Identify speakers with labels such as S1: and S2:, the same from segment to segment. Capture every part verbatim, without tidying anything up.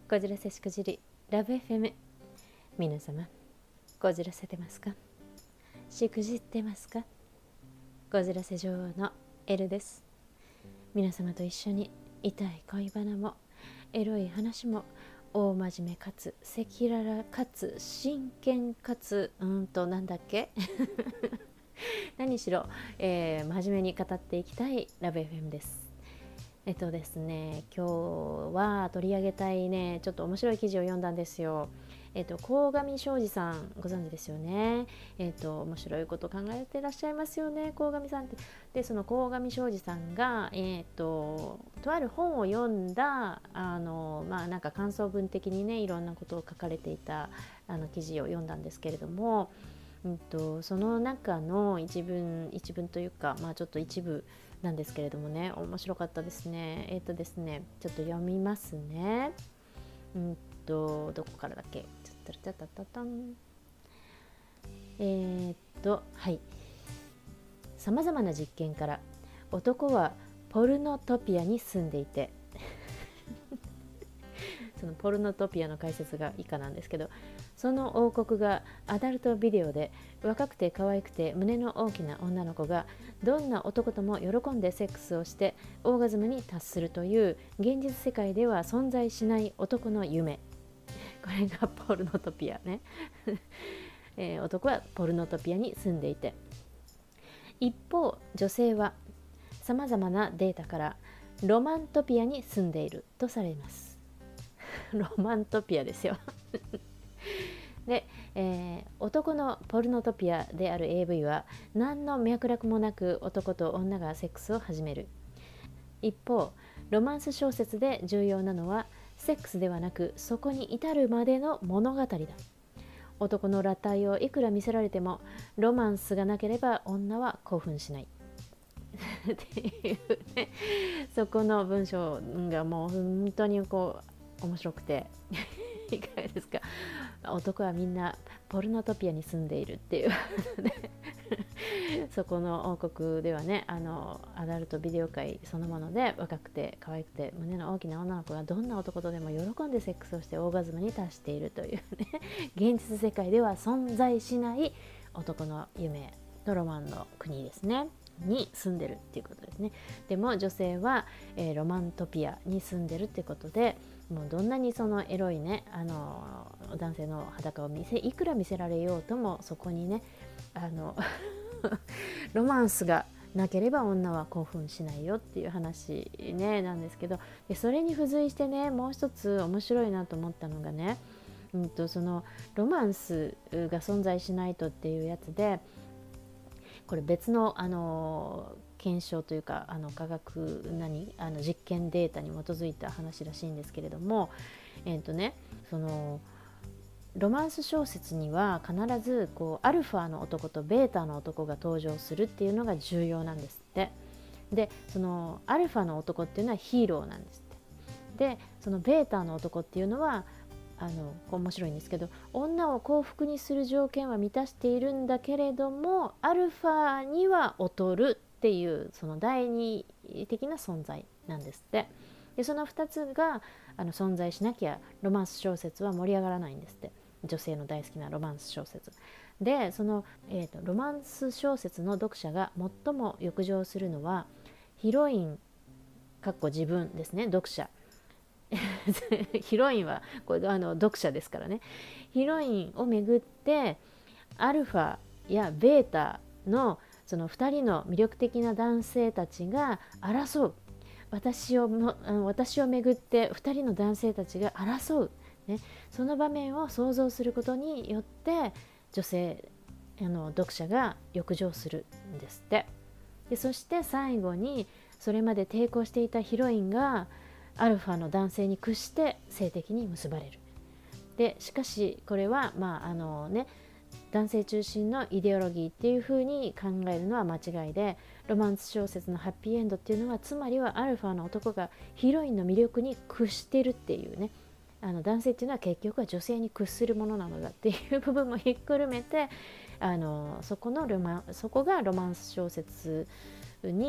S1: こじらせしくじりラブ エフエム、 皆様こじらせてますか？しくじってますか？こじらせ女王のエルです。皆様と一緒に痛い恋バナもエロい話も大真面目かつ赤裸々かつ真剣かつうんとなんだっけ何しろ、えー、真面目に語っていきたいラブ エフエム です。えっとですね今日は取り上げたいねちょっと面白い記事を読んだんですよ。えっと鴻上尚史さんご存知ですよね。えっと面白いこと考えてらっしゃいますよね、鴻上さんって。でその鴻上尚史さんがえっととある本を読んだあのまあなんか感想文的にねいろんなことを書かれていたあの記事を読んだんですけれども、うんとその中の一文一文というかまあちょっと一部なんですけれどもね、面白かったですね。えっとですねちょっと読みますね。うんとどこからだっけ。ちょっとたたたたんえー、っとはいさまざまな実験から男はポルノトピアに住んでいてそのポルノトピアの解説が以下なんですけど、その王国がアダルトビデオで若くて可愛くて胸の大きな女の子がどんな男とも喜んでセックスをしてオーガズムに達するという現実世界では存在しない男の夢、これがポルノトピアね、えー、男はポルノトピアに住んでいて、一方女性はさまざまなデータからロマントピアに住んでいるとされます。ロマントピアですよで、えー、男のポルノトピアである エーブイ は何の脈絡もなく男と女がセックスを始める。一方ロマンス小説で重要なのはセックスではなくそこに至るまでの物語だ。男の裸体をいくら見せられてもロマンスがなければ女は興奮しないっていうね、そこの文章がもう本当にこう面白くていかがですか。男はみんなポルノトピアに住んでいるっていうそこの王国ではね、あのアダルトビデオ界そのもので若くて可愛くて胸の大きな女の子がどんな男とでも喜んでセックスをしてオーガズムに達しているというね現実世界では存在しない男の夢のロマンの国ですねに住んでるっていうことですね。でも女性は、えー、ロマントピアに住んでるっていうことで、もうどんなにそのエロいねあの男性の裸を見せいくら見せられようともそこにねあのロマンスがなければ女は興奮しないよっていう話ねなんですけど、でそれに付随してねもう一つ面白いなと思ったのがね、うんとそのロマンスが存在しないとっていうやつで、これ別のあの検証というかあの科学何あの実験データに基づいた話らしいんですけれども、えーとね、そのロマンス小説には必ずこうアルファの男とベータの男が登場するっていうのが重要なんですって。でそのアルファの男っていうのはヒーローなんですって。でそのベータの男っていうのはあの面白いんですけど、女を幸福にする条件は満たしているんだけれどもアルファには劣るっていうその第二的な存在なんですって。でそのふたつがあの存在しなきゃロマンス小説は盛り上がらないんですって。女性の大好きなロマンス小説で、その、えーと、ロマンス小説の読者が最も欲情するのはヒロインかっこ自分ですね、読者ヒロインはこれあの読者ですからね。ヒロインをめぐってアルファやベータのそのふたりの魅力的な男性たちが争う、私をも私をめぐってふたりの男性たちが争う、ね、その場面を想像することによって女性あの読者が欲情するんですって。でそして最後にそれまで抵抗していたヒロインがアルファの男性に屈して性的に結ばれる。でしかしこれはまああのね男性中心のイデオロギーっていう風に考えるのは間違いで、ロマンス小説のハッピーエンドっていうのはつまりはアルファの男がヒロインの魅力に屈してるっていうね、あの男性っていうのは結局は女性に屈するものなのだっていう部分もひっくるめて、あのそこのロマンそこがロマンス小説に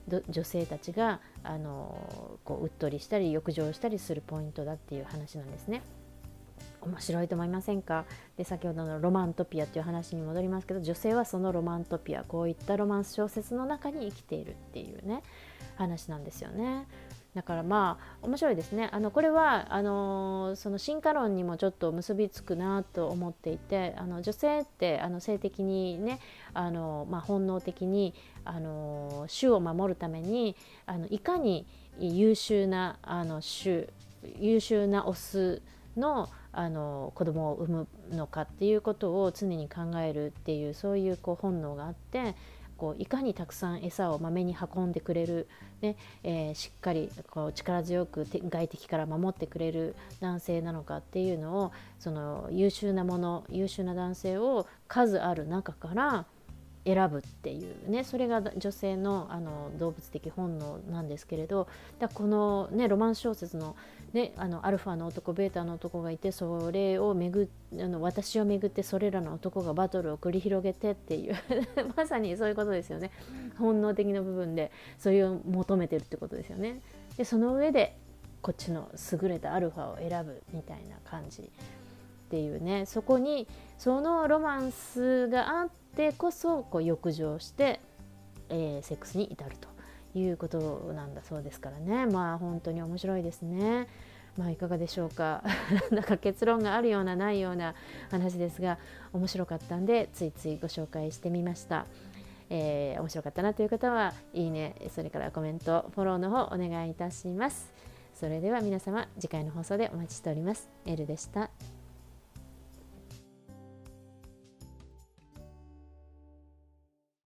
S1: 女性たちがあのこううっとりしたり欲情したりするポイントだっていう話なんですね。面白いと思いませんか？で、先ほどのロマントピアっていう話に戻りますけど、女性はそのロマントピア、こういったロマンス小説の中に生きているっていうね話なんですよね。だからまあ面白いですね。あのこれはあのその進化論にもちょっと結びつくなと思っていて、あの女性ってあの性的にね、あの、まあ、本能的にあの種を守るためにあのいかに優秀なあの種優秀なオスのあの子供を産むのかっていうことを常に考えるっていう、そういうこう本能があって、こういかにたくさん餌をまめに運んでくれる、ねえー、しっかりこう力強く外敵から守ってくれる男性なのかっていうのを、その優秀なもの優秀な男性を数ある中から選ぶっていうね、それが女性 の, あの動物的本能なんですけれど、だこの、ね、ロマンス小説の,、ね、あのアルファの男ベータの男がいて、それをめぐあの私をめぐってそれらの男がバトルを繰り広げてっていうまさにそういうことですよね。本能的な部分でそれを求めてるってことですよね。でその上でこっちの優れたアルファを選ぶみたいな感じっていうね、そこにそのロマンスがあってこそこう欲情して、えー、セックスに至るということなんだそうですからね。まあ本当に面白いですね。まあいかがでしょうかなんか結論があるようなないような話ですが、面白かったんでついついご紹介してみました。えー、面白かったなという方はいいね、それからコメントフォローの方お願いいたします。それでは皆様次回の放送でお待ちしております。エルでした。